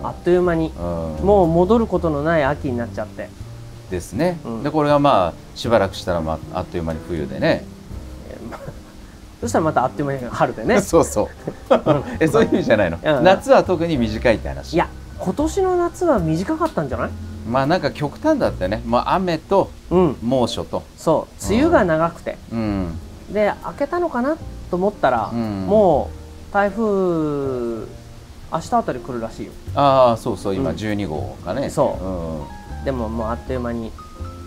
あっという間に、もう戻ることのない秋になっちゃってですね。でこれがまあしばらくしたらあっという間に冬でね。 そしたらまたあっという間に春でね。 そうそうそういう意味じゃないの。夏は特に短いって話。 いや今年の夏は短かったんじゃない？ まあなんか極端だったね。まあ雨と猛暑と、 そう梅雨が長くて、で明けたのかなと思ったら、もう台風明日あたり来るらしいよ。 ああそうそう、今12号かね。 そう、でももうあっという間に、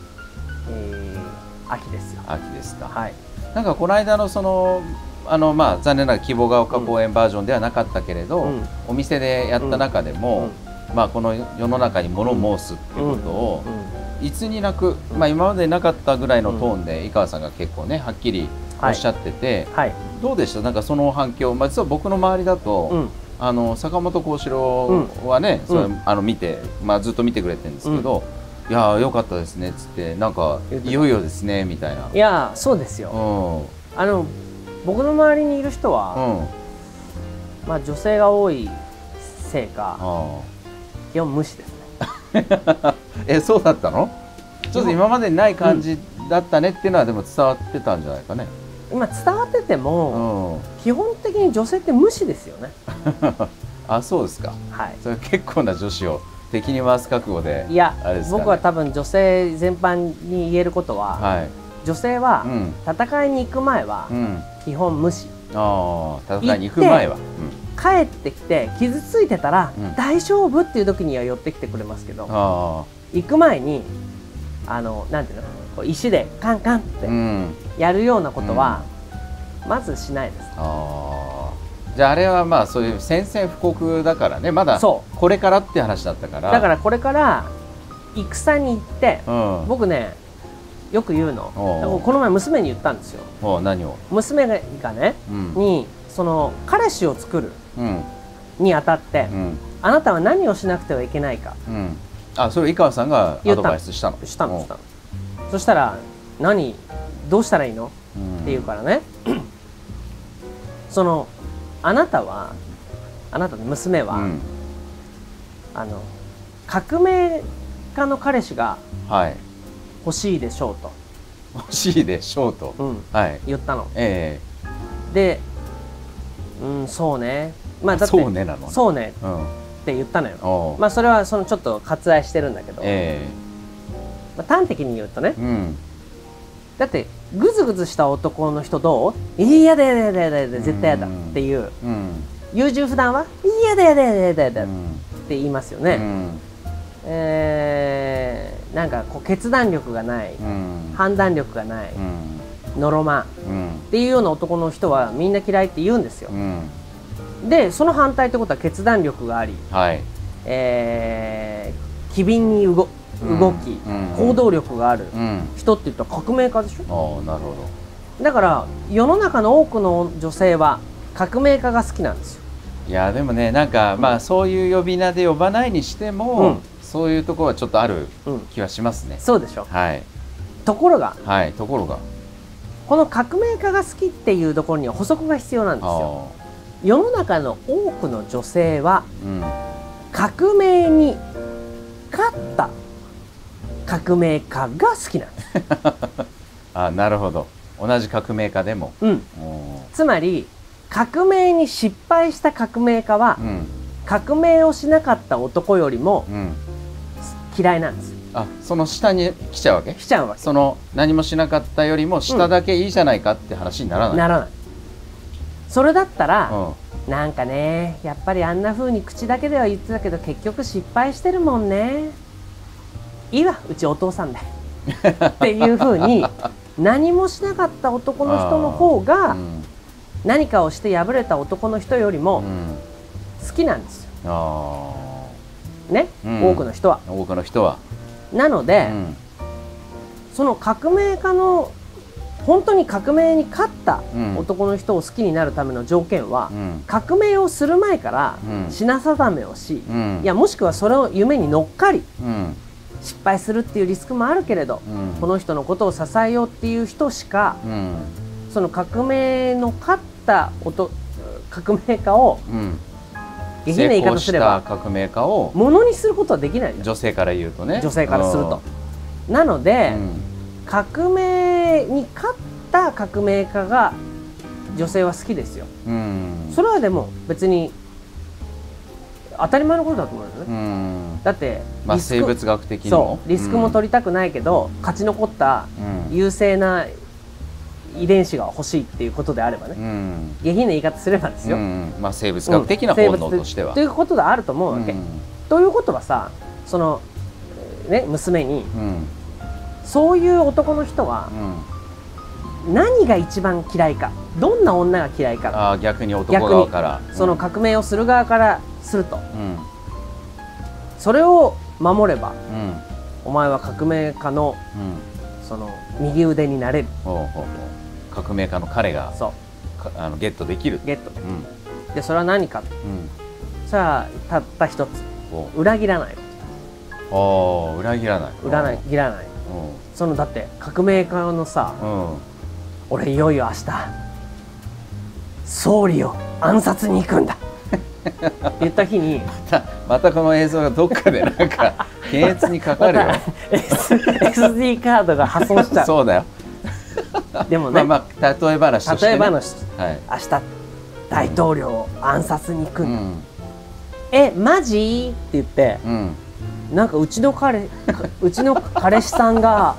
秋ですよ。 秋ですか。 はい。 なんかこの間のそのまあ残念ながら希望が丘公園バージョンではなかったけれど、お店でやった中でも、まあこの世の中に物申すっていうことをいつになく、まあ今までなかったぐらいのトーンで井川さんが結構ねはっきりおっしゃってて、どうでした？なんかその反響。まあ実は僕の周りだと、坂本幸四郎はね、見て、まあずっと見てくれてるんですけど、いやー良かったですねっつって、なんかいよいよですねみたいな。 いやそうですよ。僕の周りにいる人は、まあ女性が多いせいか基本無視ですね。 そうだったの？ちょっと今までにない感じだったねっていうのはでも伝わってたんじゃないかね。 今伝わってても、基本的に女性って無視ですよね。 あ、そうですか。 はい。 それ結構な女子を敵に回す覚悟で。 いや、僕は多分女性全般に言えることは、女性は戦いに行く前は基本無視。 戦いに行く前は。 帰ってきて傷ついてたら大丈夫っていう時には寄ってきてくれますけど、行く前になんていうの、石でカンカンってやるようなことはまずしないです。 じゃああれはまあそういう宣戦布告だからね。まだこれからって話だったから。 だからこれから戦に行って、僕ねよく言うの、この前娘に言ったんですよ。 何を？ 娘がね、にその彼氏を作るにあたって、あなたは何をしなくてはいけないか。 それ井川さんがアドバイスしたの？ したの。そしたらどうしたらいいのって言うからね、あなたの娘は、革命家の彼氏が欲しいでしょうと。 欲しいでしょうと言ったの。で、そうね、まあだってそうねなの。 そうねって言ったのよ。まあそれはちょっと割愛してるんだけど、端的に言うとね、だってグズグズした男の人どう？いやだやだやだやだ絶対やだっていう、優柔不断はいやだやだやだやだって言いますよね。なんかこう決断力がない、判断力がない、のろまっていうような男の人はみんな嫌いって言うんですよ。でその反対ってことは決断力があり、機敏に動き、行動力がある人って言ったら革命家でしょ。 なるほど。だから世の中の多くの女性は革命家が好きなんですよ。 いやでもね、なんかまあそういう呼び名で呼ばないにしても、そういうところはちょっとある気はしますね。 そうでしょ。ところがこの革命家が好きっていうところには補足が必要なんですよ。世の中の多くの女性は、革命に勝った革命家が好きなんです。 なるほど。同じ革命家でも、 つまり革命に失敗した革命家は、革命をしなかった男よりも、嫌いなんですよ。 その下に来ちゃうわけ？来ちゃうわけ。 その何もしなかったよりも下だけいいじゃないかって話にならない？ ならない。それだったら、なんかね、やっぱりあんな風に口だけでは言ってたけど結局失敗してるもんね。いいわ、うちお父さんでっていう風に何もしなかった男の人の方が、何かをして敗れた男の人よりも好きなんですよ。ね、多くの人は。 多くの人は。 なので、その革命家の本当に革命に勝った男の人を好きになるための条件は、革命をする前から品定めをし、いやもしくはそれを夢に乗っかり、失敗するっていうリスクもあるけれど、この人のことを支えようっていう人しか、その革命の勝った革命家を下品な言い方すれば成功した革命家をものにすることはできない女性から言うとね、 女性からすると。なので、革命に勝った革命家が女性は好きですよ。それはでも別に当たり前のことだと思うよね。だって生物学的にもリスクも取りたくないけど、勝ち残った優勢な遺伝子が欲しいっていうことであればね、下品な言い方すればですよ、 生物学的な本能としてはということがあると思うわけ。ということはさ、そのね、娘に、そういう男の人は何が一番嫌いか、どんな女が嫌いか、 逆に男側からその革命をする側からすると、それを守れば、お前は革命家のその右腕になれる。 革命家の彼がゲットできる。 ゲットで、それは何か、それはたった一つ、裏切らないこと。裏切らない。 裏切らない。そのだって革命家のさ、俺いよいよ明日総理を暗殺に行くんだって言った日にまたこの映像がどっかでなんか検閲にかかるよ。 SD カードが破損しちゃう。 そうだよ。 でもね、 例え話としてね、 例え話、明日大統領を暗殺に行くんだ、マジって言って、なんかうちの彼氏さんが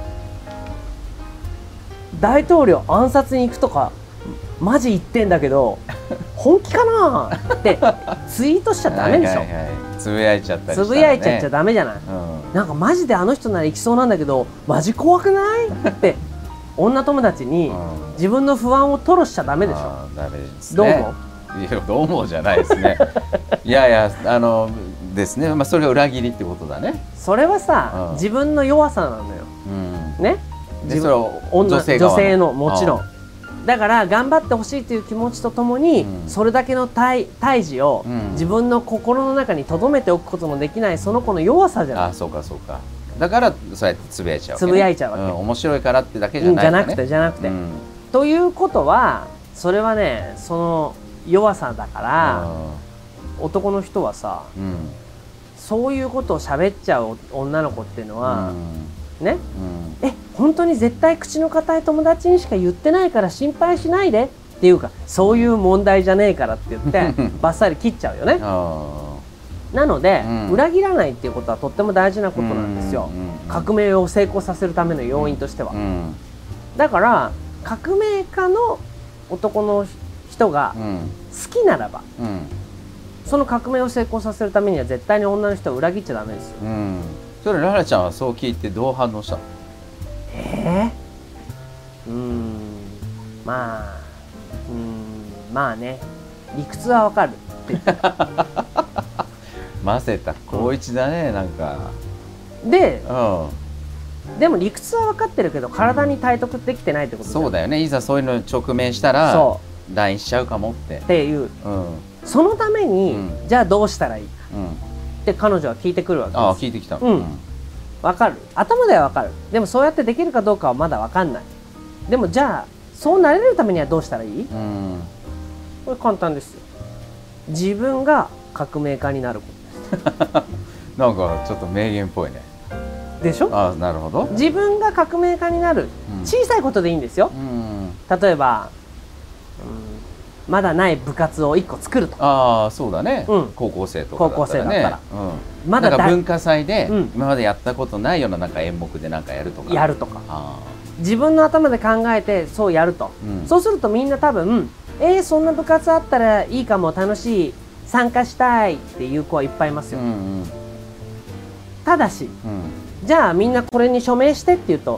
大統領暗殺に行くとかマジ言ってんだけど本気かなってツイートしちゃダメでしょ。 つぶやいちゃったりしたらね、 つぶやいちゃダメじゃない。なんかマジであの人なら行きそうなんだけどマジ怖くないって女友達に自分の不安を吐露しちゃダメでしょ。 ダメですね。 どう思う？ いや、どう思うじゃないですね。いやいや、ですね、それが裏切りってことだね。 それはさ、自分の弱さなのよ、ね。女性のもちろんだから頑張ってほしいという気持ちとともに、それだけの胎児を自分の心の中に留めておくことのできないその子の弱さじゃない。 そうかそうか。だからそうやってつぶやいちゃうわけね。 つぶやいちゃうわけ。 面白いからってだけじゃないかね。 じゃなくて。ということはそれはね、その弱さだから、男の人はさ、そういうことを喋っちゃう女の子っていうのは、ね、本当に絶対口の堅い友達にしか言ってないから心配しないでっていうか、そういう問題じゃねえからって言ってバッサリ切っちゃうよね。なので、裏切らないっていうことはとっても大事なことなんですよ、革命を成功させるための要因としては。だから革命家の男の人が好きならば、その革命を成功させるためには絶対に女の人を裏切っちゃダメですよ。 それララちゃんはそう聞いてどう反応したの？ まあね、理屈はわかるって言ってませた高一だね、なんかで、でも理屈は分かってるけど体に体得できてないってことそうだよね。いざそういうのに直面したらLINEしちゃうかもっていう、そのために、じゃあどうしたらいいって彼女は聞いてくるわけです。 聞いてきたの。分かる、頭では分かる。でもそうやってできるかどうかはまだ分かんない。でもじゃあそうなれるためにはどうしたらいい？これ簡単ですよ。自分が革命家になることです。 なんかちょっと名言っぽいね。 でしょ？ なるほど。 自分が革命家になる、小さいことでいいんですよ。例えば、まだない部活を1個作ると。 そうだね。高校生とかだったらね。 まだ文化祭で今までやったことないようななんか演目でなんかやるとか。自分の頭で考えてそうやると。そうするとみんな多分、そんな部活あったらいいかも、楽しい、参加したいっていう子はいっぱいいますよ。ただし、じゃあみんなこれに署名してって言うと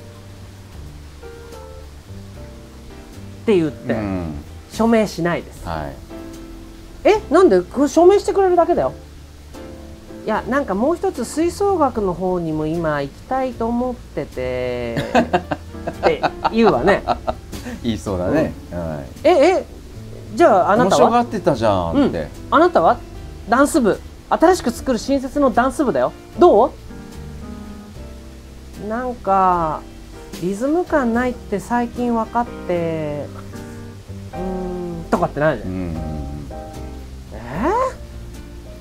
って言って、署名しないです。なんで？署名してくれるだけだよ。いや、なんかもう一つ吹奏楽の方にも今行きたいと思っててって言うわね。 言いそうだね。 じゃああなたは？ 面白がってたじゃんって。 あなたはダンス部、新しく作る新設のダンス部だよ。どう？なんかリズム感ないって最近分かってとかってないじゃん。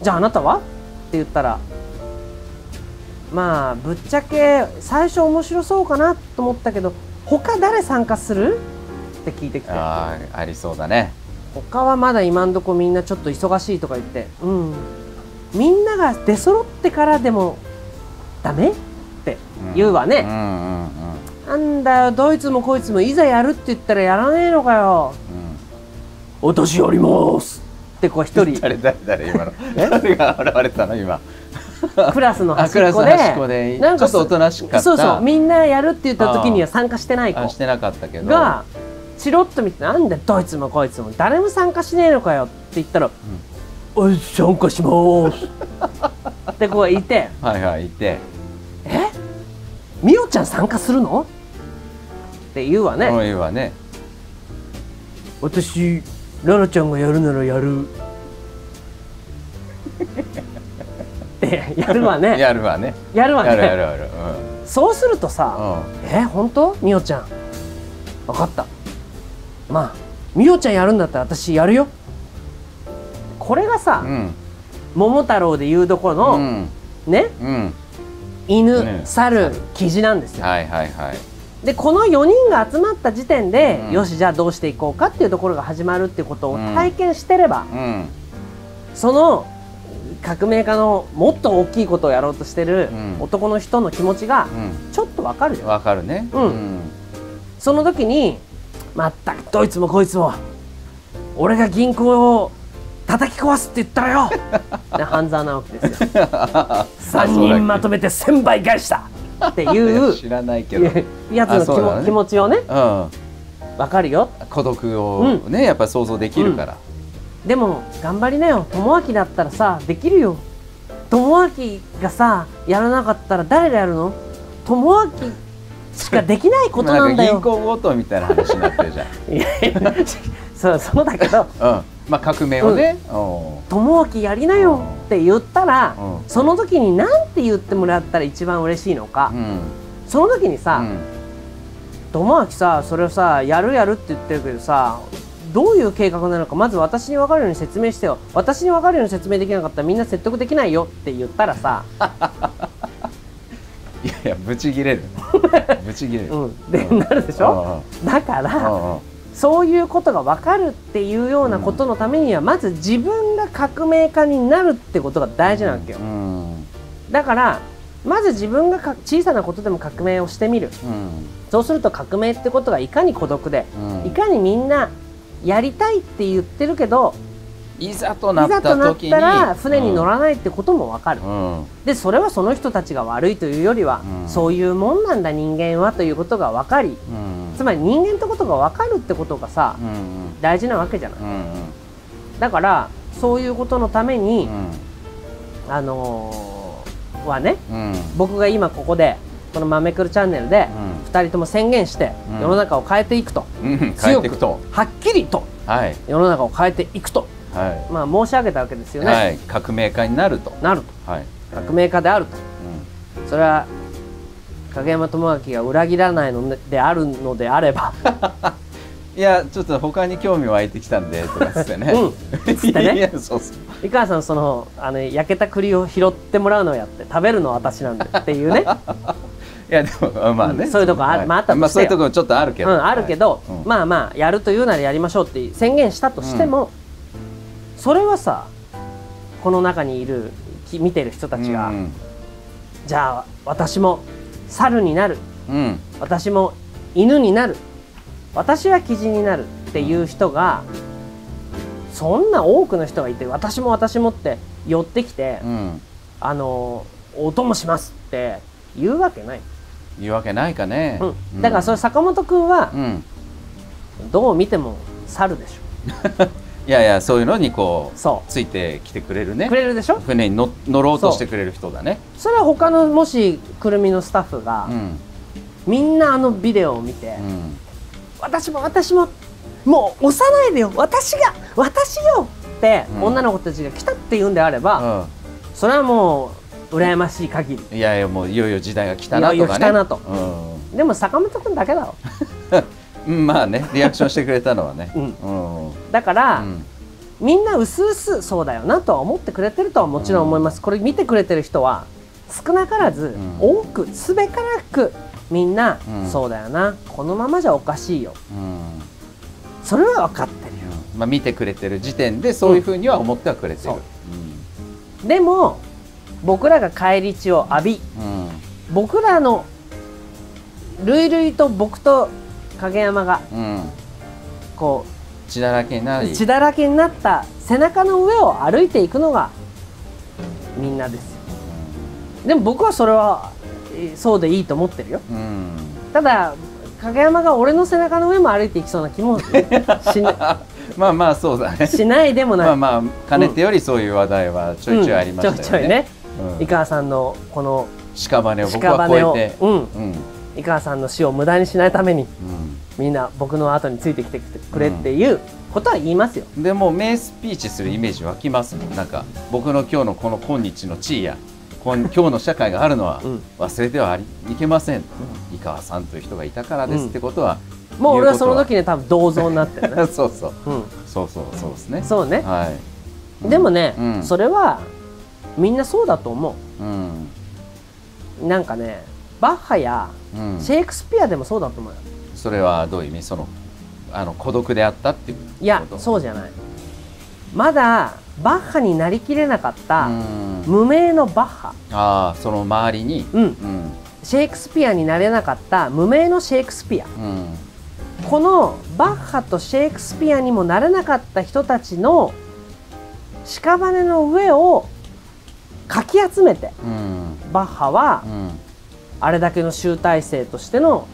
じゃああなたはって言ったら、まあぶっちゃけ最初面白そうかなと思ったけど他誰参加するって聞いてきて、 ありそうだね。 他はまだ今んとこみんなちょっと忙しいとか言って、みんなが出揃ってからでもダメって言うわね。なんだよどいつもこいつもいざやるって言ったらやらねえのかよ、私やりますってこう一人誰今の誰が現れたの今クラスの端っこでなんかちょっとおとなしかった、 そうみんなやるって言った時には参加してない子してなかったけどがチロッと見て、なんでどいつもこいつも誰も参加しねえのかよって言ったら、参加しますって子がいていて、 みおちゃん参加するのって言うわね。 言うわね。 私ララちゃんがやるならやるってやるわね。 やるわね。 そうするとさ、本当みおちゃん分かった、まあみおちゃんやるんだったら私やるよ。これがさ、桃太郎でいうところの、犬、猿、キジなんですよ。でこの4人が集まった時点で、よしじゃあどうしていこうかっていうところが始まるっていうことを体験してれば、その革命家のもっと大きいことをやろうとしてる男の人の気持ちがちょっとわかるよ。 わかるね。 その時にまったくどいつもこいつも俺が銀行を叩き壊すって言ったらよ半沢直樹ですよ3人まとめて1000倍返したっていう知らないけどやつの気持ちをね、分かるよ。 孤独をね、やっぱ想像できるから。 でも頑張りなよ、智明だったらさできるよ。智明がさやらなかったら誰がやるの？智明しかできないことなんだよ。 銀行強盗みたいな話になってるじゃん。 そうだけど、 まあ革命をね、 智明やりなよって言ったら、その時に何て言ってもらったら一番嬉しいのか、その時にさ、智明さそれをさやるって言ってるけどさどういう計画なのかまず私に分かるように説明してよ。私に分かるように説明できなかったらみんな説得できないよって言ったらさいやブチギレるブチギレる、 でなるでしょ。だからそういうことが分かるっていうようなことのためにはまず自分が革命家になるってことが大事なわけよ。だからまず自分が小さなことでも革命をしてみる、そうすると革命ってことがいかに孤独で、いかにみんなやりたいって言ってるけどいざとなったら船に乗らないってことも分かる、でそれはその人たちが悪いというよりは、そういうもんなんだ人間はということが分かり、つまり人間ってことが分かるってことがさ、大事なわけじゃない、だからそういうことのために、はね、僕が今ここでこの「まめくるチャンネル」で2人とも宣言して世の中を変えていくと、強くはっきりと世の中を変えていくと、まあ申し上げたわけですよね。 革命家になると革命家であると、それは影山智明が裏切らないのであるのであればいやちょっと他に興味湧いてきたんでとかっつってねつってね井川さんその焼けた栗を拾ってもらうのをやって食べるのは私なんでっていうねいやでもまあね、 そういうとこあったとしてよ、 そういうところちょっとあるけど、 あるけど、まあやるというならやりましょうって宣言したとしても、それはさこの中にいる見てる人たちが、じゃあ私も猿になる、私も犬になる、私はキジになるっていう人がそんな多くの人がいて私もって寄ってきて、お供しますって言うわけない。 言うわけないかね。 だからそれ坂本君は、どう見ても猿でしょいやそういうのにこうついてきてくれるね。 くれるでしょ。 船に乗ろうとしてくれる人だね。 それは他のもしくるみのスタッフが、みんなビデオを見て、私ももう押さないでよ私よって、女の子たちが来たって言うんであれば、それはもう羨ましい限り。 いやもういよいよ時代が来たなとかね。 でも坂本君だけだろまあねリアクションしてくれたのはね、 だから、 みんなうすうすそうだよなとは思ってくれてるとはもちろん思います。これ見てくれてる人は少なからず多くすべからくみんな、そうだよな、このままじゃおかしいよ、それは分かってるよ、 まあ、見てくれてる時点でそういうふうには思ってはくれてる、 でも僕らが返り血を浴び、僕らの類々と僕と影山が、こう血だらけになり血だらけになった背中の上を歩いていくのがみんなですよ。でも僕はそれはそうでいいと思ってるよ。ただ影山が俺の背中の上も歩いていきそうな気もしなまあまあそうだね。 しないでもない。 まあまあかねてよりそういう話題はちょいちょいありましたよね。 ちょいちょいね。井川さんのこの屍を僕は超えて、 井川さんの死を無駄にしないために、みんな僕の後についてきてくれっていうことは言いますよ。 でも名スピーチするイメージ湧きますもん。なんか僕の今日のこの今日の地位や今日の社会があるのは忘れてはいけません、井川さんという人がいたからですってことは、 もう俺はその時に多分銅像になってるね。 そうそう、そうですね。 そうね。 はい。 でもね、それはみんなそうだと思う。なんかね、バッハやシェイクスピアでもそうだと思うよ。 それはどういう意味？その孤独であったっていうこと？ いや、そうじゃない。まだバッハになりきれなかった無名のバッハ、 その周りに、 シェイクスピアになれなかった無名のシェイクスピア、このバッハとシェイクスピアにもなれなかった人たちの屍の上をかき集めて、バッハはあれだけの集大成としての、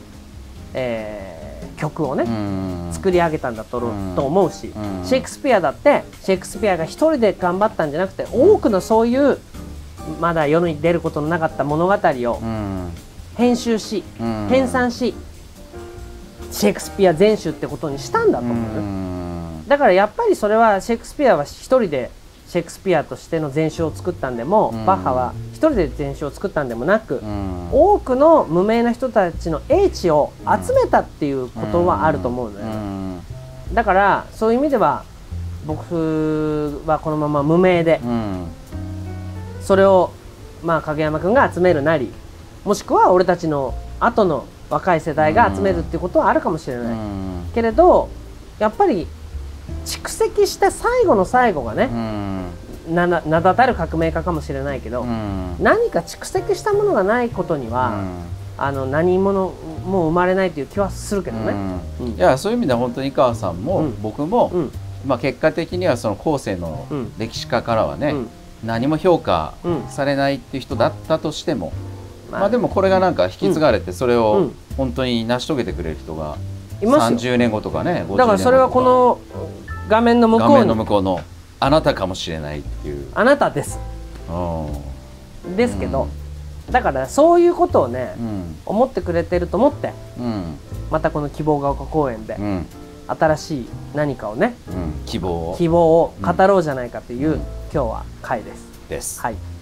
曲をね、作り上げたんだと思うし、シェイクスピアだってシェイクスピアが一人で頑張ったんじゃなくて、多くのそういうまだ世に出ることのなかった物語を編集し、編纂し、シェイクスピア全集ってことにしたんだと思う。だからやっぱりそれはシェイクスピアは一人でシェイクスピアとしての全集を作ったんでも、バッハは一人で全集を作ったんでもなく、多くの無名な人たちの英知を集めたっていうことはあると思うのよ。だからそういう意味では僕はこのまま無名で、それをまあ影山君が集めるなり、もしくは俺たちの後の若い世代が集めるっていうことはあるかもしれないけれど、やっぱり蓄積した最後の最後がね、名だたる革命家かもしれないけど、何か蓄積したものがないことには、何者も生まれないという気はするけどね。 いや、そういう意味では本当に井川さんも僕も、まあ結果的にはその後世の歴史家からはね、何も評価されないっていう人だったとしても、まあでもこれがなんか引き継がれて、それを本当に成し遂げてくれる人が30年後とかね、50年後とか。 だからそれはこの画面の向こうのあなたかもしれないっていう。 あなたです。ですけど、だからそういうことをね、思ってくれてると思って、またこの希望が丘公園で新しい何かをね、希望を語ろうじゃないかという今日は回です。 はい。